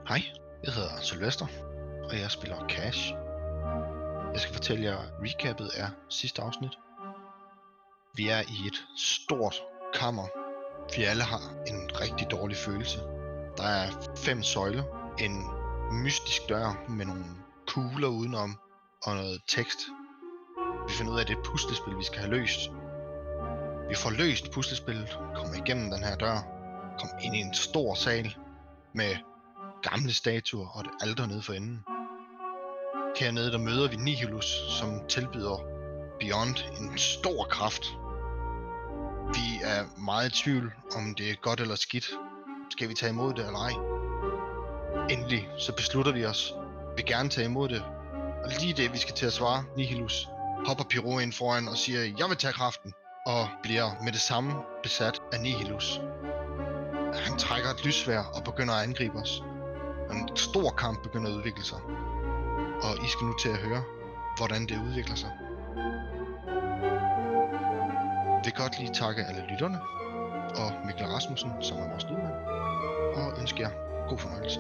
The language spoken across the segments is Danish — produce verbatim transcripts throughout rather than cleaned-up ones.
Hej, jeg hedder Sylvester, og jeg spiller Cash. Jeg skal fortælle jer, recappet er sidste afsnit. Vi er i et stort kammer. Vi alle har en rigtig dårlig følelse. Der er fem søjler, en mystisk dør med nogle kugler udenom og noget tekst. Vi finder ud af, at det er et puslespil, vi skal have løst. Vi får løst puslespillet, kommer igennem den her dør, kommer ind i en stor sal med gamle statuer og et alter nede for enden. Hernede der møder vi Nihilus, som tilbyder Beyond en stor kraft. Vi er meget i tvivl, om det er godt eller skidt. Skal vi tage imod det eller ej? Endelig så beslutter vi os. Vi vil gerne tage imod det. Og lige det vi skal til at svare, Nihilus, hopper Pyro ind foran og siger, jeg vil tage kraften. Og bliver med det samme besat af Nihilus. Han trækker et lysværd og begynder at angribe os. En stor kamp begynder at udvikle sig. Og I skal nu til at høre, hvordan det udvikler sig. Jeg vil godt lige takke alle lytterne, og Mikkel Rasmussen, som er vores lydmand, og ønsker jer god fornøjelse.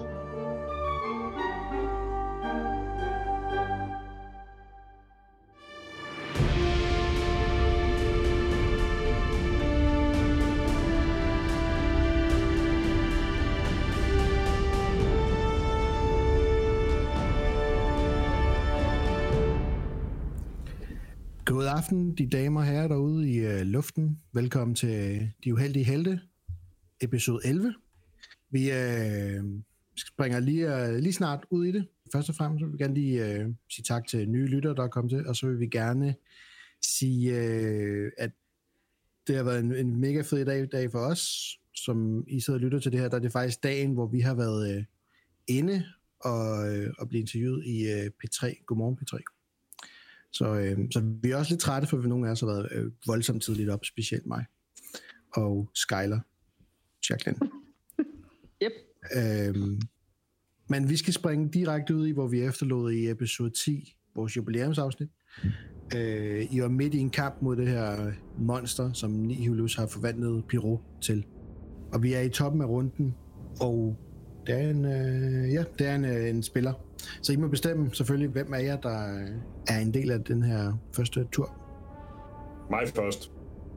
God aften, de damer og herrer derude i uh, luften. Velkommen til De Uheldige Helte, episode elleve. Vi uh, springer lige, uh, lige snart ud i det. Først og fremmest vil vi gerne lige uh, sige tak til nye lyttere, der er kommet til, og så vil vi gerne sige, uh, at det har været en, en mega fed dag, dag for os, som I sidder og lytter til det her. Der er det faktisk dagen, hvor vi har været uh, inde og, uh, og blive interviewet i uh, P tre. Godmorgen P tre. Så, øh, så vi er også lidt trætte, for vi nogle af os har været øh, voldsomt tidligt op, specielt mig og Skyler, Jacqueline. Yep. Øhm, men vi skal springe direkte ud i, hvor vi efterlod i episode ti, vores jubilæumsafsnit. Øh, I var midt i en kamp mod det her monster, som Nihilus har forvandlet Pyro til. Og vi er i toppen af runden, og det er en, øh, ja, det er en, øh, en spiller. Så I må bestemme selvfølgelig, hvem af jer, der er en del af den her første tur. Mig først.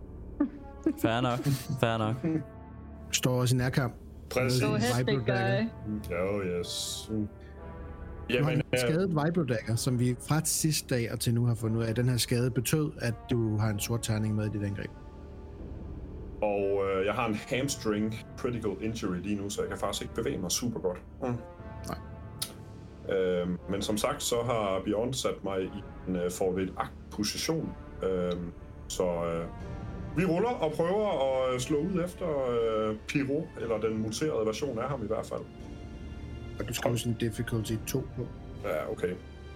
Fair nok, fair nok. Står også i nærkamp. Præcis. Go ahead, big guy. Jo, yes. Jamen, du har en skadet Vibrodagger, som vi fra sidste dag og til nu har fundet ud af, at den her skade betød, at du har en sort terning med i dit angreb. Og øh, jeg har en hamstring critical injury lige nu, så jeg kan faktisk ikke bevæge mig super godt. Mm. Nej. Øh, men som sagt, så har Beyond sat mig i en uh, forvildt position. Øh, så øh, vi ruller og prøver at slå ud efter øh, Pyro, eller den muterede version af ham i hvert fald. Og du skal jo sådan difficulty to på. Ja, okay.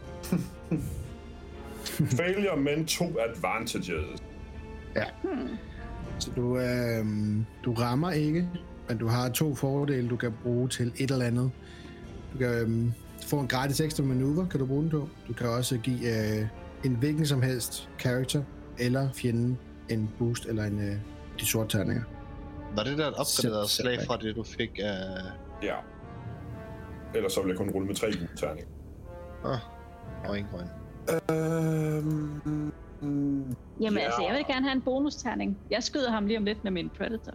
Failure, men to advantages. Ja. Hmm. Så du, øh, du rammer ikke, men du har to fordele, du kan bruge til et eller andet. Du kan øh, få en gratis ekstra manøvre, kan du bruge den på. Du kan også give øh, en hvilken som helst character eller fjenden en boost eller en øh, de sorte terninger. Var det der et opgraderet slag fra det, du fik af... Uh... Ja. Ellers så vil jeg kun rulle med tre gule terninger. Ah, og en grøn. Øhm... Jamen ja. altså, jeg vil gerne have en bonusterning. Jeg skyder ham lige om lidt med min Predator.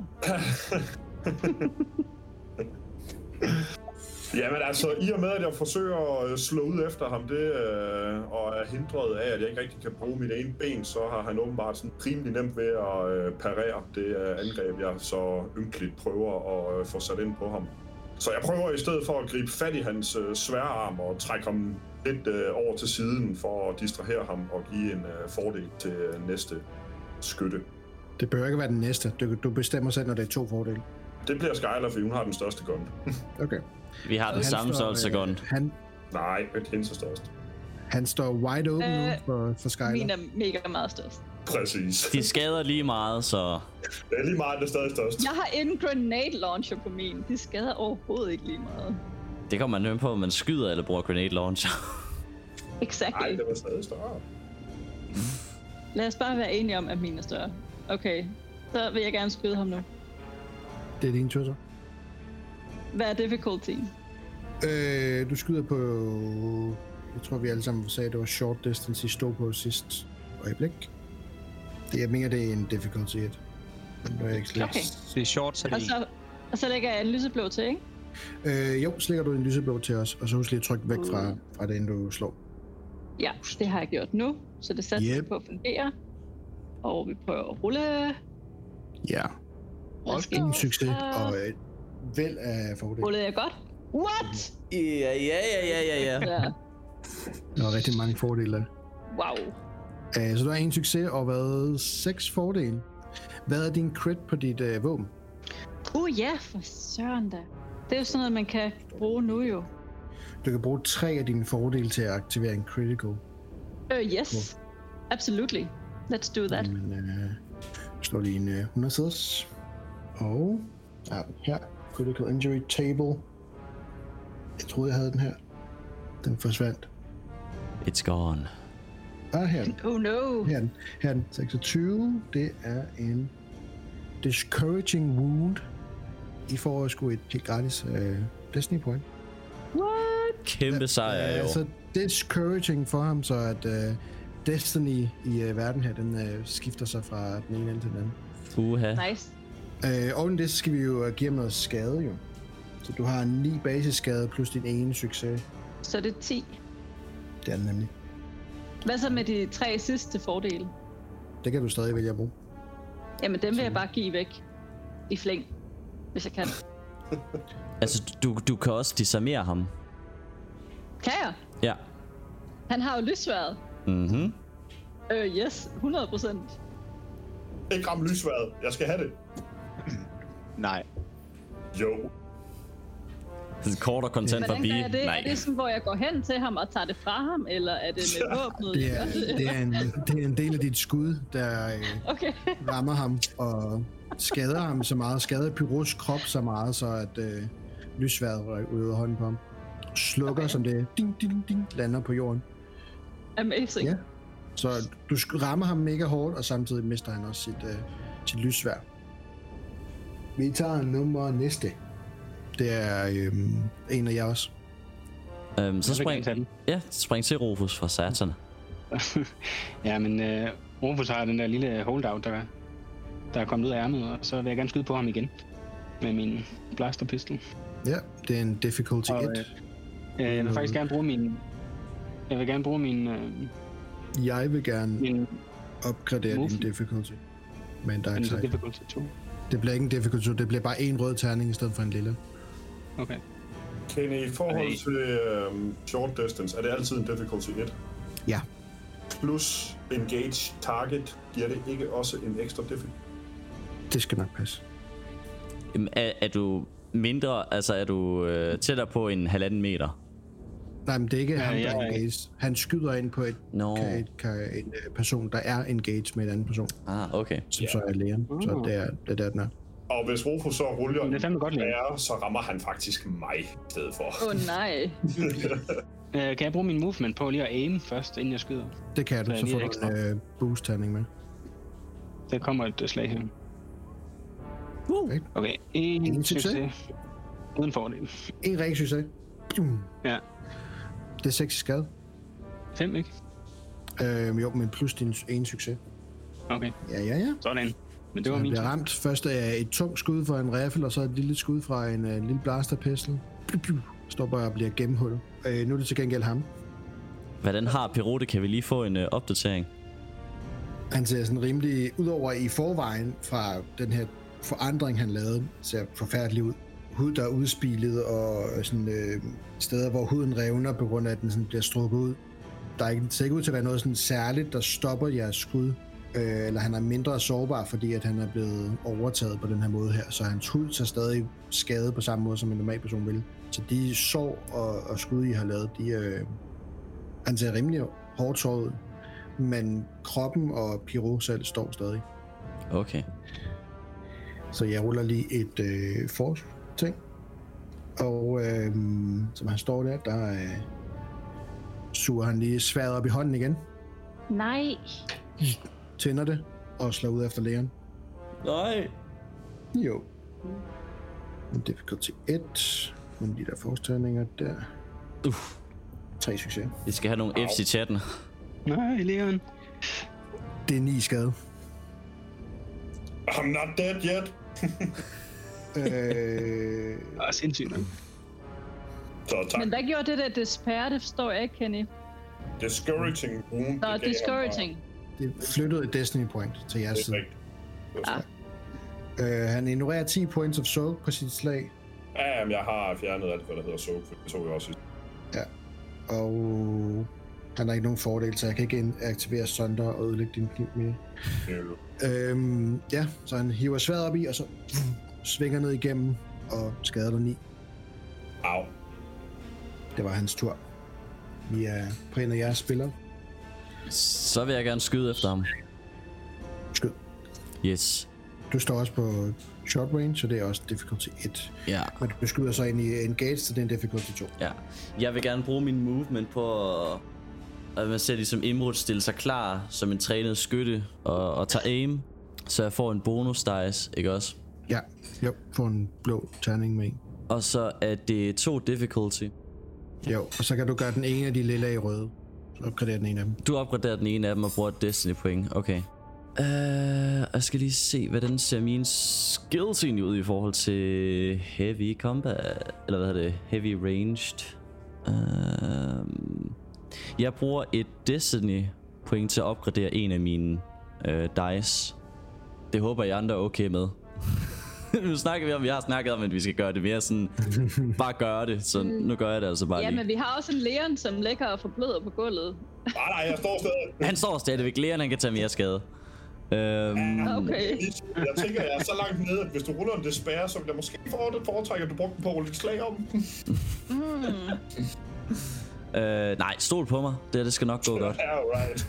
Jamen altså, i og med at jeg forsøger at slå ud efter ham, det øh, og er hindret af, at jeg ikke rigtig kan bruge mit ene ben, så har han åbenbart sådan rimelig nemt ved at øh, parere det øh, angreb, jeg så ynkeligt prøver at øh, få sat ind på ham. Så jeg prøver i stedet for at gribe fat i hans øh, sværarm og trække ham lidt øh, over til siden for at distrahere ham og give en øh, fordel til øh, næste skytte. Det bør ikke være den næste. Du, du bestemmer selv, når det er to fordele. Det bliver Skyler, for hun har den største gun. Okay. Vi har den samme størrelse gun. Han, Nej, det er hendes største. Han står wide open øh, nu for, for Skyler. Min er mega meget størst. Præcis. De skader lige meget, så... Det er lige meget, det er stadig størst. Jeg har en grenade launcher på min. De skader overhovedet ikke lige meget. Det kommer man nødt på, at man skyder eller bruger grenade launcher. Exactly. Nej, det var stadig større. Lad os bare være enige om, at min er større. Okay, så vil jeg gerne skyde ham nu. Det er din tur så. Hvad er difficulty? Øh, du skyder på... Jeg tror, vi alle sammen sagde, at det var short distance, I stod på sidst øjeblik. Det, jeg mener, det er en difficulty et. Men er jeg ikke Okay. Det er short, så det Og så, og så lægger jeg en lyseblå til, ikke? Øh, jo, slækker du en lyseblå til os, og så husk lige at trykke væk fra, fra det, inden du slår. Ja, det har jeg gjort nu, så det satser Yep. på at fungere. Og vi prøver at rulle. Ja. Hvad sker En der? succes, og et væld af fordele. Rullede jeg godt? What? Ja, ja, ja, ja, ja, ja. Ja. Der var rigtig mange fordele. Wow. Uh, så du har en succes og hvad? Seks fordele. Hvad er din crit på dit uh, våben? Uh ja, for søren da. Det er jo sådan noget, man kan bruge nu jo. Du kan bruge tre af dine fordele til at aktivere en critical. Øh, uh, yes. Absolutely. Let's do that. Men uh, slår lige en uh, hundrede sæders. Og ja, her. Critical injury table. Jeg troede, jeg havde den her. Den forsvandt. It's gone. Ah, her er den. Oh no. Her er den. Her er den. seksogtyve. Det er en discouraging wound. I får sgu et helt gratis uh, Destiny point. What? Kæmpe sejr, jo. Altså, discouraging for ham, så at uh, Destiny i uh, verden her, den uh, skifter sig fra den ene ende til den anden. Uha. Nice. Uh, oven det skal vi jo uh, give ham noget skade, jo. Så du har ni basisskade plus din ene succes. Så det er ti. Det er den nemlig. Hvad så med de tre sidste fordele? Det kan du stadig vælge at bruge. Jamen, dem vil jeg bare give væk. I flæng. Hvis jeg kan. Altså, du, du kan også disarmere ham. Kan jeg? Ja. Han har jo lysværet. Mhm. Øh, yes. hundrede procent. Ikke ramme lysværet. Jeg skal have det. Nej. Jo. Kort og kontant Hvordan forbi. gør jeg det? Nej. Er det sådan, hvor jeg går hen til ham og tager det fra ham? Eller er det med våbnet? Det er, det, er en, det er en del af dit skud, der øh, Okay. rammer ham og skader ham så meget. Skader Pyros krop så meget, så at øh, lysværet røg ud af hånden på ham. Slukker, okay. Som det ding, ding, ding, lander på jorden. Amazing. Ja. Så du sk- rammer ham mega hårdt, og samtidig mister han også sit, øh, sit lyssværd. Vi tager nummer næste. Det er øh, en af jer også. Øhm, så Jeg vil spring, gerne tage den. ja, spring til Rufus fra Satan. Ja, men uh, Rufus har den der lille holdout, der, der er kommet ud af ærmet, og så vil jeg gerne skyde på ham igen med min blasterpistol. Ja, det er en difficulty Og, et. Uh, jeg vil faktisk gerne bruge min... Jeg vil gerne bruge min... Uh, Jeg vil gerne min opgradere Move. din difficulty med en dark min side. difficulty to. Det bliver ikke en difficulty, det bliver bare en rød terning i stedet for en lille. Okay. Kenny, i forhold Okay. til um, short distance, er det altid en difficulty et? Ja. Plus engage target, giver det ikke også en ekstra difficulty? Det skal nok passe. Jamen, er, er du mindre, altså er du øh, tættere på en halvanden meter? Nej, men det er ikke Ja, ham, der jeg er er- engaged. Han skyder ind på et, Nå. ka- et, ka- en øh, person, der er engaged med en anden person, Ah, okay. som så er lægen. Så det er, det er der, den er. Og hvis Rufus så ruller Det er fandme godt, Lea. værre, så rammer han faktisk mig i stedet for. Åh oh, nej. Uh, kan jeg bruge min movement på lige at aim først, inden jeg skyder? Det kan du, Så så er får lige du en øh, boost-terning med. Der kommer et uh, slag her. Okay. Okay, en Ingen succes? succes. Uden fordel. En rigtig succes. Bum. Ja. Det er seks i skade. Fem, ikke? Øh, jo, men plus din ene succes. Okay, Ja, ja, ja. sådan. Men det var Han min bliver tur. ramt først af et tungt skud fra en riffel, og så et lille skud fra en uh, lille blasterpistol. Står bare og bliver gennemhullet. Øh, nu er det til gengæld ham. Hvordan har Perote? Kan vi lige få en øh, opdatering? Han ser sådan rimelig, udover i forvejen fra den her forandring, han lavede, ser forfærdelig ud. Hud, der er udspilet, og sådan, øh, steder, hvor huden revner, på grund af, at den sådan bliver strukket ud. Der er ikke, det ser ikke ud til at være noget sådan særligt, der stopper jeres skud. Øh, eller han er mindre sårbar, fordi at han er blevet overtaget på den her måde her. Så hans hud tager stadig skade på samme måde, som en normal person vil. Så de sår og, og skud, I har lavet, de, øh, han ser rimelig hårdt såret ud. Men kroppen og Pyro selv står stadig. Okay. Så jeg ruller lige et øh, force-ting. Og øh, som han står der, der øh, suger han lige sværet op i hånden igen. Nej. Tænder det og slår ud efter lægeren. Nej. Jo. Difficulty et. Men de der forstærninger der. Uff. Tre succes. Vi skal have nogle F's i chatten. Nej, Leon. Det er ni skade. I'm not dead yet. øh... Ah, sindssygt. Så tak. Men hvad gjorde det der despair? Det forstår jeg ikke, Kenny. Discouraging wound. Nå, discouraging. Det flyttede et Destiny Point til jeres side. Ah. Øh, han ignorerer ti points of soak på sit slag. Ja, men jeg har fjernet alt, hvad der hedder soak, for det tog jeg også sidst. Ja. Og han har ikke nogen fordel, så jeg kan ikke aktivere Sunder og ødelægge din kniv mere. Yeah. Øhm, ja, så han hiver sværdet op i, og så svinger ned igennem og skader dig ni. Au. Det var hans tur. Vi er på en af jeres spillere. Så vil jeg gerne skyde efter ham. Skyd. Yes. Du står også på short range, så det er også difficulty et. Ja. Men du skyder så ind i engage, så det er en difficulty to. Ja. Jeg vil gerne bruge min movement på at... at man ser ligesom Imrud stille sig klar som en trænet skytte og, og tager aim. Så jeg får en bonus dice, ikke også? Ja, jo, få en blå terning med en. Og så er det to difficulty. Jo, og så kan du gøre den ene af de lille i røde. Så opgraderer den ene af dem. Du opgraderer den ene af dem og bruger et Destiny point. Okay. Uh, jeg skal lige se, hvordan ser mine skills egentlig ud i forhold til heavy combat, eller hvad hedder det, heavy ranged. Uh, jeg bruger et Destiny point til at opgradere en af mine uh, dice. Det håber jeg andre er okay med. Nu snakker vi om, vi har snakket om, at vi skal gøre det mere sådan, bare gøre det, så nu gør jeg det altså bare Ja, lige. men vi har også en Leon, som ligger og forbløder på gulvet. Nej, nej, jeg står stadig. Han står stadigvæk. Leon, han kan tage mere skade. Øhm, Okay. Jeg tænker, jeg er så langt nede, at hvis du ruller en despair, så vil jeg måske få det foretræk, at du brugte den på at rulle et slag om. Mm. øh, nej, stol på mig. Det, det skal nok gå godt. Ja, right.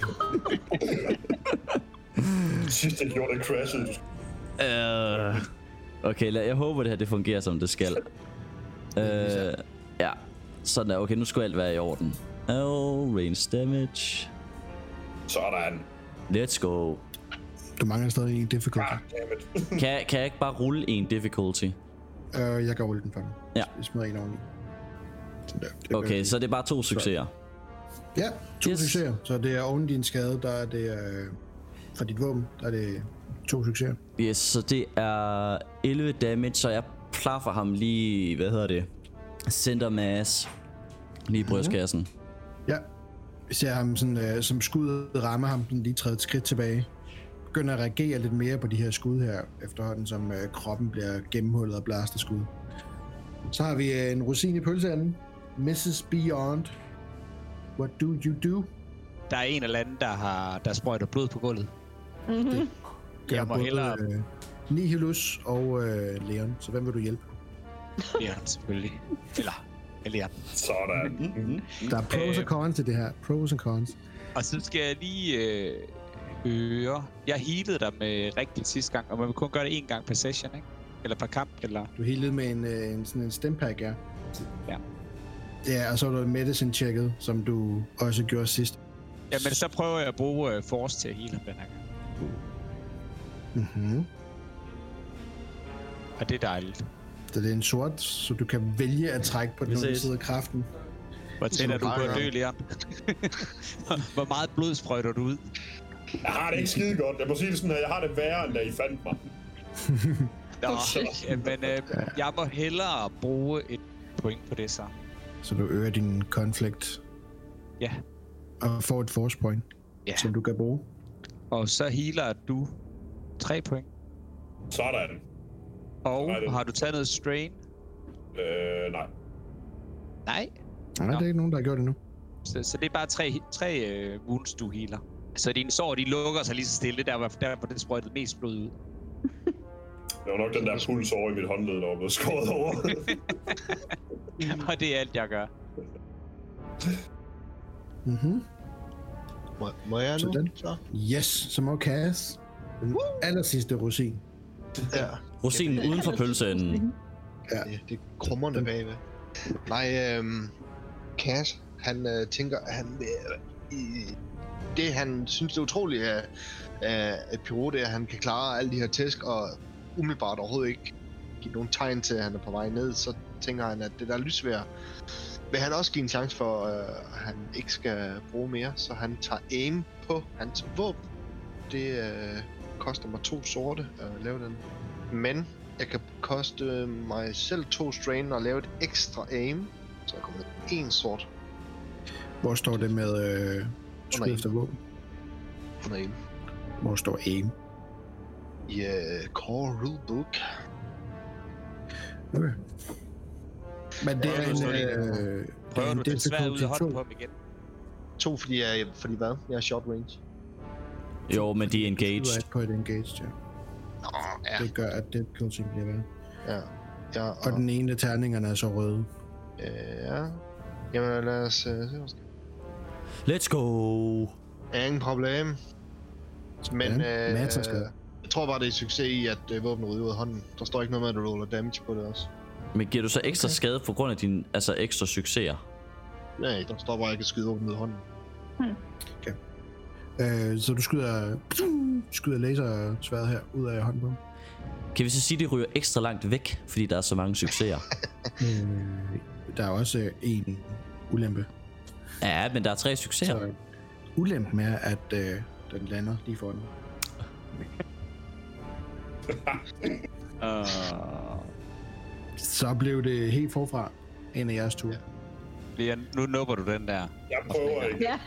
Sidst jeg gjorde det, crashede. Øh, okay, lad, jeg håber det her det fungerer som det skal. øh, ja, sådan der. Okay, nu skulle alt være i orden. Oh, range damage. Sådan. Let's go. Du mangler stadig en difficulty. Ah, dammit. Kan, kan jeg ikke bare rulle en difficulty? Uh, jeg kan rulle den for dig. Ja. Jeg smider en oveni. Sådan der. Det Okay, gør så det er bare to succeser. Ja, to Yes. yes. succeser. Så det er oven din skade, der er det øh, fra dit våben, der er det to succeser. Yes, så det er elleve damage, så jeg plaffer ham lige, hvad hedder det, center mass, lige i brystkassen. Ja, vi ser ham sådan, øh, som skuddet rammer ham, den lige træder et skridt tilbage. Begynder at reagere lidt mere på de her skud her, efterhånden som øh, kroppen bliver gennemhullet af blasterskud. Så har vi øh, en rosin i pølseanden. missus Beyond. What do you do? Der er en eller anden, der har der sprøjter blod på gulvet. Mm-hmm. Gør Jeg må både, hellere- Øh, Nihilus og øh, Leon, så hvem vil du hjælpe? Ja, selvfølgelig. Eller, eller ja. Sådan. Mm-hmm. Der er pros Øh. og cons til det her. Pros og cons. Og så skal jeg lige øh, høre... Jeg healede dig med rigtigt sidste gang, og man vil kun gøre det én gang per session, ikke? Eller per kamp, eller... Du healede med en, øh, en, sådan en stempack, ja. Ja. Ja, og så var der medicine checket, som du også gjorde sidst. Jamen, så prøver jeg at bruge øh, force til at heale ham den her gang. Mhm. Og det er dejligt. Så det er en sort, så du kan vælge at trække på den Vi under ses. side af kraften. Hvor tæt er du på at dø, Leon? Hvor meget blod sprøjter du ud? Jeg har det ikke skide godt. Jeg må sige det sådan her. Jeg har det værre, end da I fandt mig. Nå, men øh, jeg må hellere bruge et point på det så. Så du øger din conflict Ja. og får et force point, Ja. som du kan bruge. Og så healer du tre point. Sådan. Og Nej, det- har du taget noget strain? Øh, nej. Nej. Nej, Nå. det er ikke nogen, der har gjort det nu. Så, så det er bare tre, tre uh, wounds, du healer. Så dine sår, de lukker sig lige så stille, der hvor, der, hvor det sprøjtede mest blod ud. Det var nok den der puls over i mit håndled, der var blevet skåret over. Og det er alt, jeg gør. Mhm. Må, må jeg nu? Sådan. Så? Yes, så må Cass. Den aller sidste rosin. Ja. Rosinen uden for pølseenden. Ja. Det, det er krummerne bagved. Nej, øhm... Cass, han øh, tænker, han... Øh, i, det han synes det er utroligt af, af, af Pyro, det er, at han kan klare alle de her tæsk, og umiddelbart overhovedet ikke give nogen tegn til, at han er på vej ned, så tænker han, at det der lysvær vil han også give en chance for, øh, at han ikke skal bruge mere, så han tager aim på hans våben. Det øh, koster mig to sorte at lave den. Men jeg kan koste mig selv to strain og lave et ekstra aim, så jeg kommer med en sort. Hvor står det med øh, skud efter våben? Under aim. Hvor står aim? I uh, Core Rulebook. Okay. Men det Prøver er du en... så lige- Øh, det er Prøver en du det svært ud i hånden på difficulty ham igen? To, fordi jeg, fordi hvad? Jeg er short range. Jo, men de er to. engaged. Du er på et engaged, ja. Nå, ja. Det gør, at difficulty bliver værd. Ja. Ja, Og den ene af terningerne er så røde. Øh, ja. Jamen lad os uh, se, hvad Let's go! ingen problem. Men Ja, øh, masser af skader. jeg tror bare, det er succes i, at øh, våbnet ryger ud af hånden. Der står ikke noget med, at du roller damage på det også. Men giver du så ekstra skade på grund af dine altså ekstra succeser? Nej, der står bare ikke at skyde våbnet ud af hånden. Øh, så du skyder, skyder lasersværdet her ud af hånden på ham. Kan vi så sige, at det ryger ekstra langt væk, fordi der er så mange succeser? Øh, der er også øh, en ulempe. Ja, men der er tre succeser. Så ulempen er, at øh, den lander lige foran. Uh, Så blev det helt forfra en af jeres tur. Ja. Leon, nu nupper du den der. Jeg prøver ikke. Ja.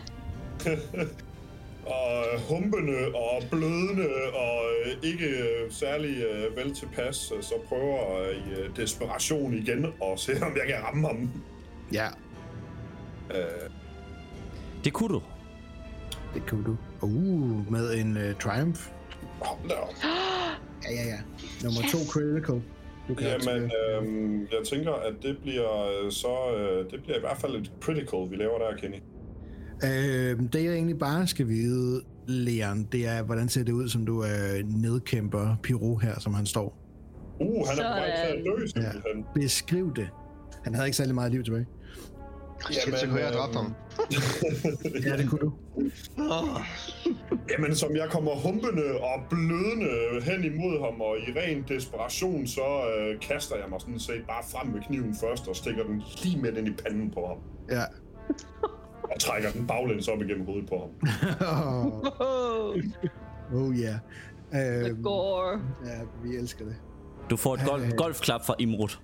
Og humpende og blødende og øh, ikke øh, særlig øh, vel tilpas, så prøver jeg i øh, desperation igen og se, om jeg kan ramme ham. Ja, Øh, Det kunne du. det kunne du. Uh, med en uh, Triumph. hold da op. Ja, ja, ja. Nummer yes. to critical. Du kan Jamen, aktivere. øh, jeg tænker, at det bliver øh, så... Øh, det bliver i hvert fald et critical, vi laver der, Kenny. Øh, det jeg egentlig bare skal vide, Leon, det er, hvordan ser det ud, som du øh, nedkæmper Pyro her, som han står. Uh, han Så, er på vej til at dø, øh, simpelthen. Beskriv det. Han havde ikke særlig meget liv tilbage. Shit, så kunne jeg have dræbt ham. Ja, det kunne du. Jamen, som jeg kommer humpende og blødende hen imod ham, og i ren desperation, så øh, kaster jeg mig sådan set bare frem med kniven først, og stikker den lige midt ind i panden på ham. Ja. Og trækker den baglæns op igennem hovedet på ham. oh, Oh, oh yeah. the Øhm, gore. ja, vi elsker det. Du får et golf, Øh. golfklap fra Imrud.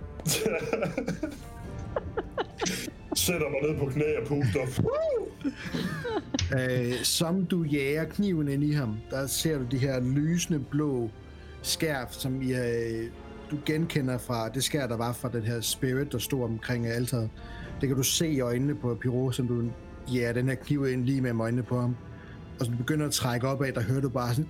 Sætter mig ned på knæ og puster. Øh, som du jager kniven ind i ham, der ser du de her lysende blå skærf, som I, øh, du genkender fra det skær, der var fra den her spirit, der stod omkring alteret. Det kan du se i øjnene på Pyro, som du jager den her kniv ind lige med øjnene på ham. Og så du begynder at trække op af, der hører du bare sådan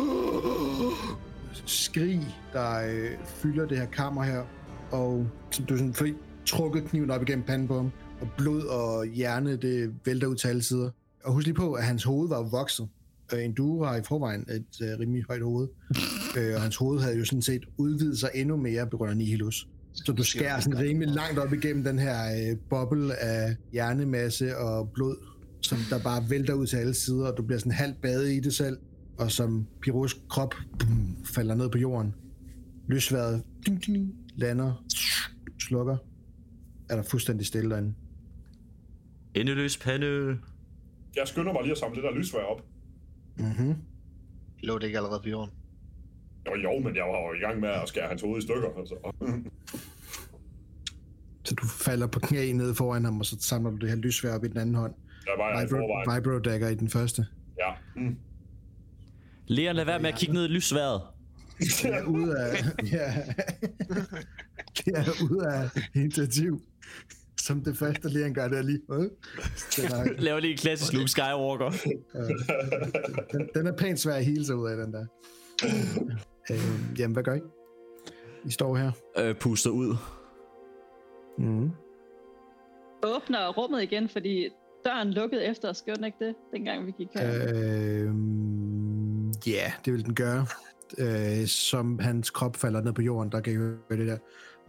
skrig, der øh, fylder det her kammer her. Og som du sådan får trukket kniven op igennem panden på ham, og blod og hjerne, det vælter ud til alle sider. Og husk lige på, at hans hoved var vokset. Øh, en duo har i forvejen et øh, rimelig højt hoved. øh, og hans hoved havde jo sådan set udvidet sig endnu mere på grund af Nihilus. Så du skærer sådan rimelig langt op igennem den her øh, boble af hjernemasse og blod, som der bare vælter ud til alle sider, og du bliver sådan halvt badet i det selv, og som Pyros krop boom, falder ned på jorden. Lysværet ding, ding, lander, slukker. Er der fuldstændig stille derinde. Endeløs pande. Jeg skynder mig lige at samle det der lysvær op. Mhm. Lå det ikke allerede på jorden? Jo, jo, men jeg var jo i gang med at skære hans hoved i stykker. Altså. Så du falder på knæ nede foran ham, og så samler du det her lysvær op i den anden hånd. Der var jeg i Vibro, forvejen. vibro dagger i den første. Ja. Mm. Leon, lad være med at kigge ned i lysværet. Det er ude af... Ja. Det er ude af initiativ. Som det første, Leon gør, det er lige... Øh. Den, er, Laver lige en klassisk Luke Skywalker. øh, den, den er pænt svær at hele sig ud af, den der. Øh, jamen, hvad gør I? I står her. Øh, puster ud. Mm. Åbner rummet igen, fordi døren lukkede efter os. Gjorde den ikke det, dengang vi gik her? Øh, ja, det vil den gøre. Øh, som hans krop falder ned på jorden, der kan I høre det der.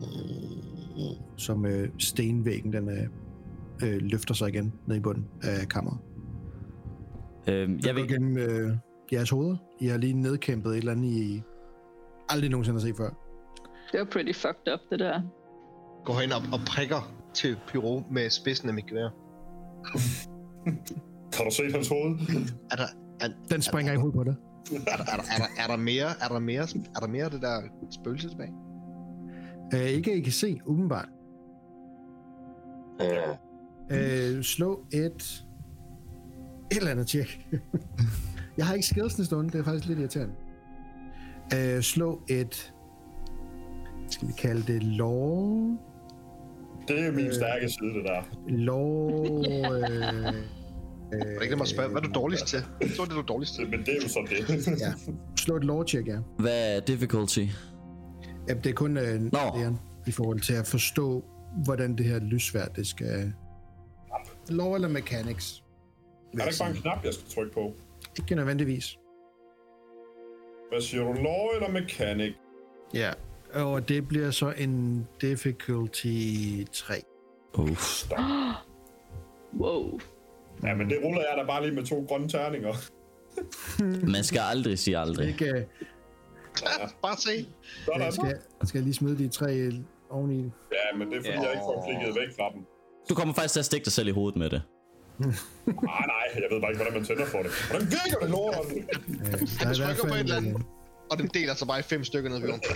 Som øh, stenvæggen, den øh, øh, løfter sig igen ned i bunden af kammeret. Øh, Jeg jeg vil vil... gennem øh, jeres hoveder. I har lige nedkæmpet et eller andet, I aldrig nogensinde har set før. Det var pretty fucked up, det der. går hen og, og prikker til Pyro med spidsen af mit gevær. Har du set hans hoved? Er der, er, Den springer er, i hovedet på dig. Er der, er, der, er, der, er der mere? Er der mere? Er der mere af det der spøgelse tilbage? Uh, ikke I kan se, umiddelbart. Uh, slå et... Et eller andet tjek. Jeg har ikke skillsene stående, det er faktisk lidt irriterende. Uh, slå et... Skal vi kalde det lore? Det er min stærke side, det der. Lore... Øh, det er ikke det, man spørger. Hvad er du dårligst til? Så er det, du er dårligst til. Men det er jo så det. Ja. Slå et lore check, ja. Hvad er difficulty? Ja, det er kun uh, læren, i forhold til at forstå, hvordan det her lysvær, det skal... Lore eller mechanics? Er der ikke bare en knap, jeg skal trykke på? Ikke nødvendigvis. Hvad siger du? Lore eller mechanic? Ja, og det bliver så en difficulty tre. Oh. Wow. Ja, men det ruller jeg da bare lige med to grønne terninger. Man skal aldrig sige aldrig. Ikke, uh, Ja, bare se. Sådan. jeg skal, skal jeg lige smide de tre oveni? Ja, men det er fordi, Ja. jeg ikke får klikket væk fra dem. Du kommer faktisk til at stikke dig selv i hovedet med det. Ah, nej, jeg ved bare ikke, hvordan man tænder for det. Hvordan virker det, lort? Uh, Han trykker på et eller andet, og den deler sig bare i fem stykker ned ved jorden.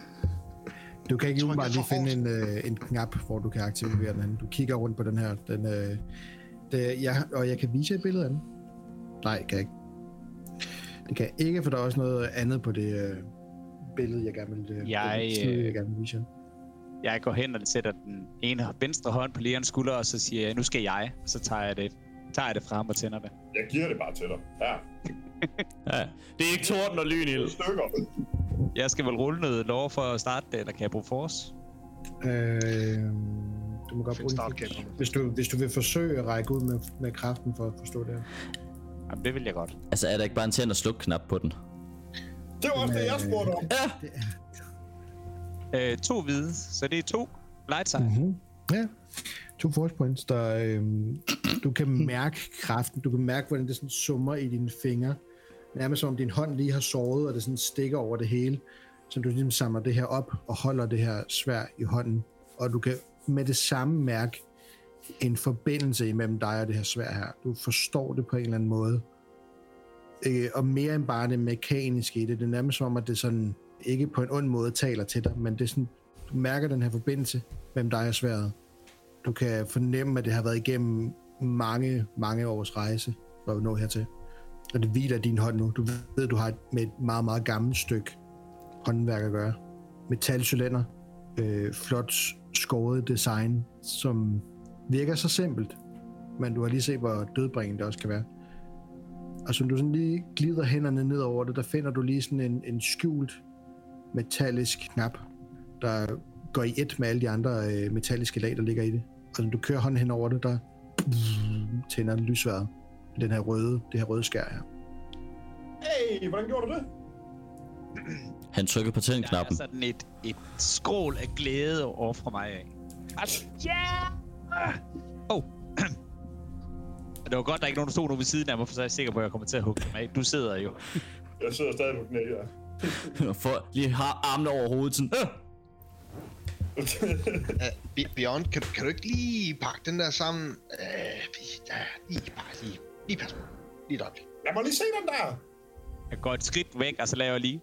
Du kan ikke Trykker umiddelbart lige for finde en, uh, en knap, hvor du kan aktivere den. Du kigger rundt på den her. Den, uh, det, jeg, og jeg kan vise et billede af den. Nej, kan jeg ikke. Det kan jeg ikke, for der er også noget andet på det uh, billede, jeg gerne vil, uh, Jeg, det side, øh, jeg gerne vil vise jer. Jeg går hen og sætter den ene venstre hånd på Leons skulder, og så siger jeg, nu skal jeg. Så tager jeg det, tager jeg det fra ham og tænder det. Jeg giver det bare til dig. Her. Ja, det er ikke torden og lyn i To stykker. Jeg skal vel rulle noget lov for at starte det, eller kan jeg bruge force? Øh, du må godt bruge Start den. game. Hvis du, hvis du vil forsøge at række ud med, med kraften for at forstå det her. Jamen, det vil jeg godt. Altså, er der ikke bare en tænd- og sluk-knap på den? Det var også det, jeg spurgte om. Ja! Øh, to hvide, så det er to light side. Mm-hmm. Ja, to force points, der øhm, du kan mærke kraften, du kan mærke, hvordan det sådan summer i dine fingre. Nærmest som om din hånd lige har såret, og det sådan stikker over det hele. Så du ligesom samler det her op og holder det her sværd i hånden. Og du kan med det samme mærke en forbindelse imellem dig og det her sværd her. Du forstår det på en eller anden måde. Øh, og mere end bare det mekaniske i det. Det er nærmest som om, at det sådan ikke på en ond måde taler til dig, men det er sådan, du mærker den her forbindelse mellem dig og sværdet. Du kan fornemme, at det har været igennem mange, mange års rejse for at nå hertil. Og det hviler din hånd nu. Du ved, du har et, med et meget, meget gammelt stykke håndværk at gøre. Metalcylinder, øh, flot skåret design, som virker så simpelt, men du har lige set, hvor dødbringende det også kan være. Og som du sådan lige glider hænderne ned over det, der finder du lige sådan en, en skjult metallisk knap, der går i et med alle de andre øh, metalliske lag, der ligger i det. Og når du kører hånden hen over det, der tænder lysværdet. Den her røde, det her røde skær her. Hey, hvordan gjorde du det? Han trykker på Der er tændknappen. sådan et, et skrål af glæde over fra mig af. Ja! Yeah! Oh. Det var godt, der ikke nogen, der stod nu ved siden af mig, for så er jeg sikker på, at jeg kommer til at hugge dem af. Du sidder jo. Jeg sidder stadig på knæ, ja. For lige har armene over hovedet sådan. Øh! Uh, Beyond, kan, kan du ikke lige pakke den der sammen? Uh, ja, lige, bare lige, lige pas på. Lige et øjeblik. Lad mig lige se den der. Jeg går et skridt væk, og så laver jeg lige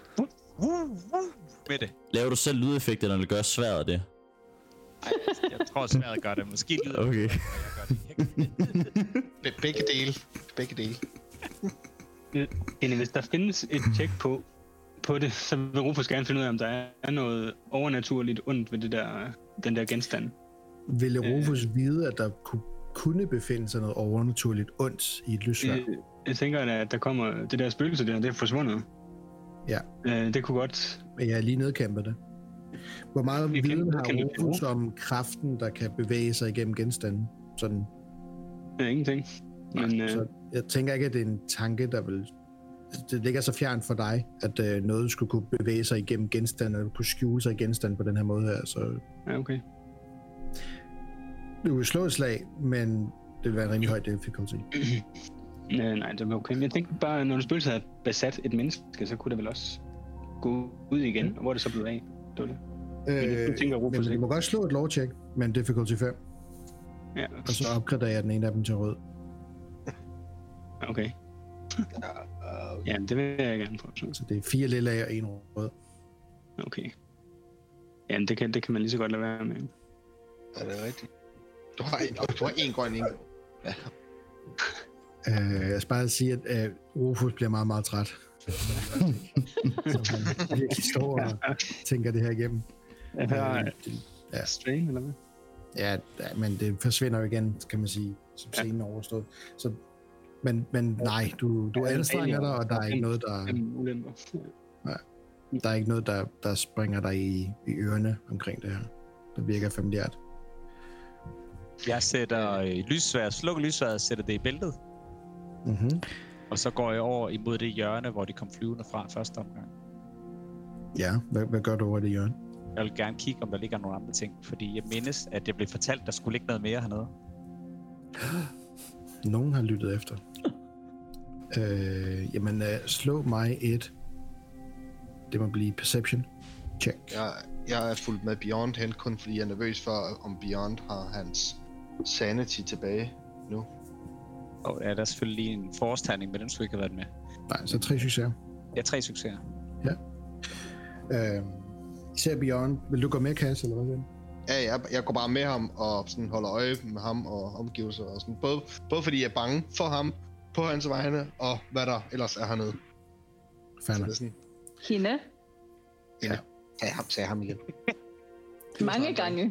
med det. Laver du selv lydeffekter, når du gør sværet det? Ej, jeg tror svært gør det. Måske lyder det, Okay. jeg gør det. Be- begge dele. Begge dele. Jenny, hvis der findes et tjek på, på det, så vil Rufus gerne finde ud af, om der er noget overnaturligt ondt ved det der, den der genstand. Ville Rufus vide, at der kunne, kunne befinde sig noget overnaturligt ondt i et lysværd? Jeg, jeg tænker, at der kommer det der spøgelse der, det er forsvundet. Ja. Øh, det kunne godt... Men jeg er lige nedkæmpet det. Hvor meget Vi kan- viden har kan vi Rufus om kraften, der kan bevæge sig igennem genstanden? Sådan. Ja, ingenting. Men øh, Så jeg tænker ikke, at det er en tanke, der vil... Det ligger så fjernt for dig, at øh, noget skulle kunne bevæge sig igennem genstanden, eller kunne skjule sig i genstanden på den her måde her. Så ja, okay. du vil slå et slag, men det vil være en rimelig høj difficulty. Øh, nej, det var okay. Men jeg tænkte bare, når du spøgelse havde besat et menneske, så kunne det vel også gå ud igen. Og hvor er det så blevet af? Det var det. Øh, du tænker Rufus, men du ikke? må godt slå et lore check med en difficulty fem, Ja, og så opgraderer jeg den ene af dem til rød. okay. Ja, det vil jeg gerne prøve. Så det er fire lilla og en rød. Okay. Ja, det kan, det kan man lige så godt lade være med. Er det rigtigt? Du har en, du har en grøn, en. Ja. Øh, jeg skal bare sige, at uh, Rufus bliver meget, meget træt. Så han virkelig står og tænker det her igennem. Ja, Øh, ja. Strain, eller hvad? Ja, men det forsvinder jo igen, kan man sige, som scenen er overstået. Så, men, men nej, du, du Ja, anstrenger dig, og der er ikke noget, der, Jamen, ulemper. der er ikke noget, der, der springer dig i, i ørerne omkring det her. Det virker familiært. Jeg sætter øh, lyssværd, slukker lyssværd og sætter det i bæltet. Mm-hmm. Og så går jeg over imod det hjørne, hvor de kom flyvende fra første omgang. Ja, hvad, hvad gør du over det hjørne? Jeg vil gerne kigge, om der ligger nogle andre ting, fordi jeg mindes, at jeg blev fortalt, at der skulle ligge noget mere hernede. Nogen har lyttet efter. øh, jamen, uh, slå mig et. Det må blive perception check. Jeg, jeg er fuldt med Beyond hen, kun fordi jeg er nervøs for, om Beyond har hans sanity tilbage nu. Og ja, der er selvfølgelig lige en forårsterning, men den skulle ikke have været med. Nej, så tre succeser. Jeg har tre succeser. Ja. Øh, især Beyond. Vil du gå med, Cass, eller hvad siger du? Ja, jeg, jeg går bare med ham og sådan holder øje med ham og omgivelser og sådan. Både, både fordi jeg er bange for ham på hans vegne, og hvad der ellers er hernede. Så det er sådan, Hende. ja, tag ham, tag ham igen. Mange gange.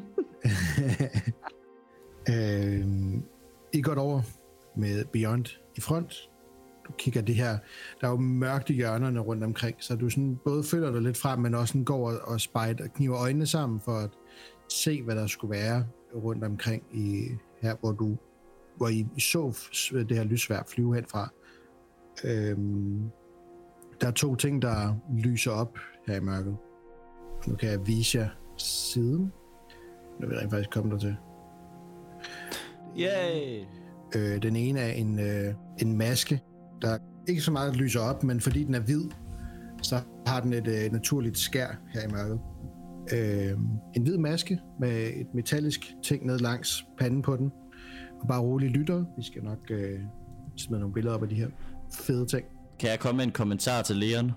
øh, I går over med Beyond i front. Du kigger det her. Der er jo mørkt i hjørnerne rundt omkring, så du sådan både følger dig lidt frem, men også sådan går og, og spejder og kniver øjnene sammen for at se, hvad der skulle være rundt omkring i her, hvor du hvor I så det her lysvær flyve hen fra. Øhm, der er to ting, der lyser op her i mørket. Nu kan jeg vise jer siden. Nu vil jeg rent faktisk komme der til. Yay! Øh, den ene er en, øh, en maske, der ikke så meget lyser op, men fordi den er hvid, så har den et øh, naturligt skær her i mørket. Øh, en hvid maske med et metallisk ting ned langs panden på den. Og bare roligt lytter. Vi skal nok øh, smide nogle billeder op af de her fede ting. Kan jeg komme med en kommentar til Leon?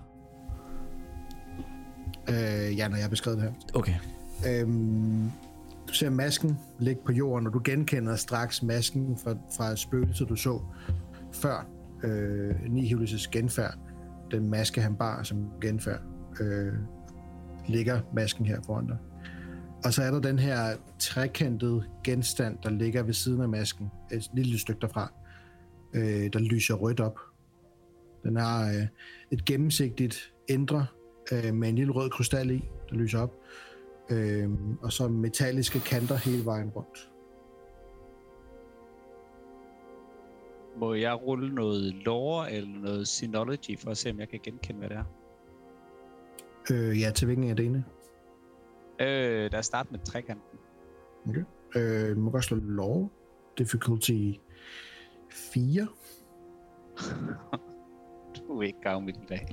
Øh, ja, når jeg har beskrevet det her. Okay. Øhm, du ser masken ligge på jorden, og du genkender straks masken fra, fra spøgelset, du så før øh, Nihilus' genfærd. Den maske, han bar som genfærd, øh, ligger masken her foran dig. Og så er der den her trekantede genstand, der ligger ved siden af masken, et lille stykke derfra, øh, der lyser rødt op. Den har øh, et gennemsigtigt indre øh, med en lille rød krystal i, der lyser op. Øh, og så metalliske kanter hele vejen rundt. Må jeg rulle noget lore eller noget synology for at se, om jeg kan genkende, hvad det er? Øh, ja, til hvilken af delene? Øh, der er start med trekanten. Okay. Øh, du må godt slå lore. Difficulty fire. Du er ikke gavmild i dag.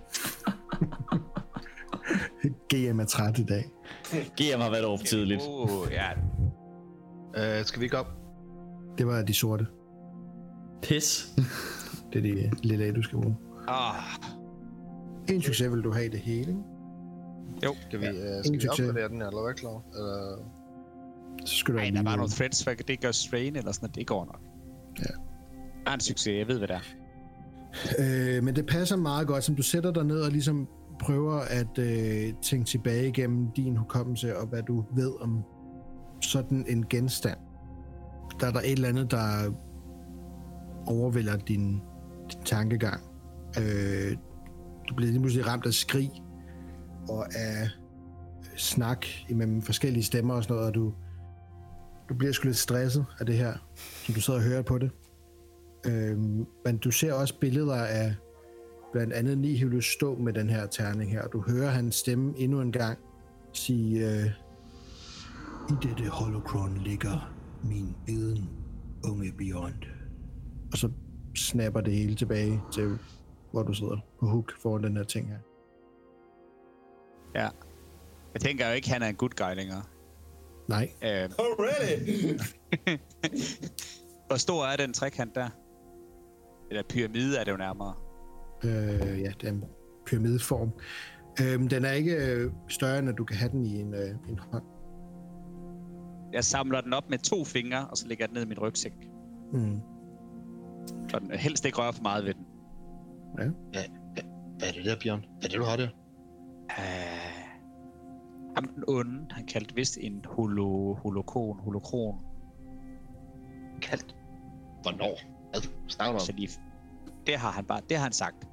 G M er træt i dag. G M har været over for tidligt. Oh, ja. Uh, skal vi ikke op? Det var de sorte. Pis. Det er de lille af, du skal bruge. Ah, En succes vil du have i det hele, ikke? jo. Skal vi, uh, ingen skal vi succes. opgradere den her, eller hvad, Klar? Eller... Så skal du Nej, have der lige- var noget friends, for det gør strain eller sådan noget. Det går nok. Ja. Der er en succes, jeg ved, hvad det er. Øh, men det passer meget godt, som du sætter dig ned og ligesom prøver at øh, tænke tilbage igennem din hukommelse og hvad du ved om sådan en genstand. Der er der et eller andet, der overvælder din, din tankegang. Øh, du bliver lige pludselig ramt af skrig og af snak imellem forskellige stemmer og sådan noget, og du, du bliver sgu lidt stresset af det her, som du sidder og hører på det. Øhm, men du ser også billeder af blandt andet Nihilus stå med den her terning her, og du hører hans stemme endnu en gang sige, øh, i dette holocron ligger min viden, unge Beyond. Og så snapper det hele tilbage til, hvor du sidder på hook foran den her ting her. Ja. Jeg tænker jo ikke, han er en good guy længere. Nej. Øh, Oh, really? hvor stor er den trekant der? Eller pyramide er det jo nærmere. Øh, ja, det er en pyramideform. Øhm, den er ikke øh, større, end at du kan have den i en, øh, en hånd. Jeg samler den op med to fingre, og så lægger jeg den ned i min rygsæk. Mm. Så den helst ikke rører for meget ved den. Ja. Ja, ja. Hvad er det der, Bjørn? Hvad er det, du har der? Uh, ham den onde, han kaldte vist en holo, holokron, holokron. Kaldt? Hvornår? Hvad snakker du Så om? lige, det har han bare, det har han sagt.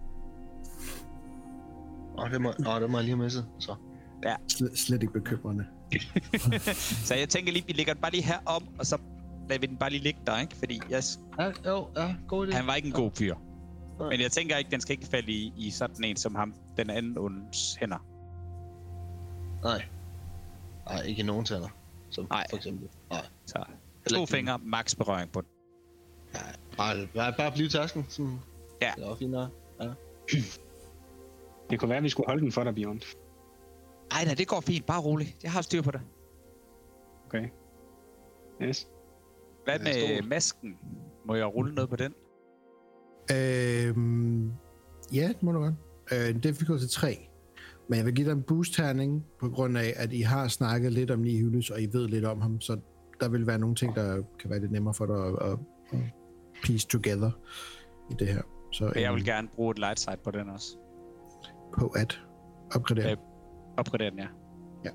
Åh, det må, åh, det må jeg lige have misset, så. Ja. Slet, slet ikke bekymrende. Så jeg tænker lige, vi lægger den bare lige her om, og så lader vi den bare lige ligge der, ikke? Fordi jeg, Ja, jo, ja, god idé. han var ikke en god fyr. Nej. Men jeg tænker ikke, den skal ikke falde i, i sådan en som ham, den anden ondes hænder. Nej. Nej, ikke nogen tænder. Som Nej. for eksempel. Nej. Så Heller to ikke fingre, max berøring på den. Ja, bare, bare, bare blive i tasken. Sådan. Ja. Det er også fint nok. Ja. Det kunne være, at vi skulle holde den for dig, Bjørn. Ej, nej, det går fint. Bare roligt. Jeg har styr på det. Okay. Yes. Hvad Ja, med stort. masken? Må jeg rulle noget på den? Øhm, ja, det må du godt. Øh, difficulty tre. Men jeg vil give dig en boost-terning, på grund af, at I har snakket lidt om Nihilus, og I ved lidt om ham, så der vil være nogle ting, der kan være lidt nemmere for dig at, at, at piece together i det her. Så Og jeg en- vil gerne bruge et light side på den også. på at opgradere. Øh, Opgradere den, ja. Ja.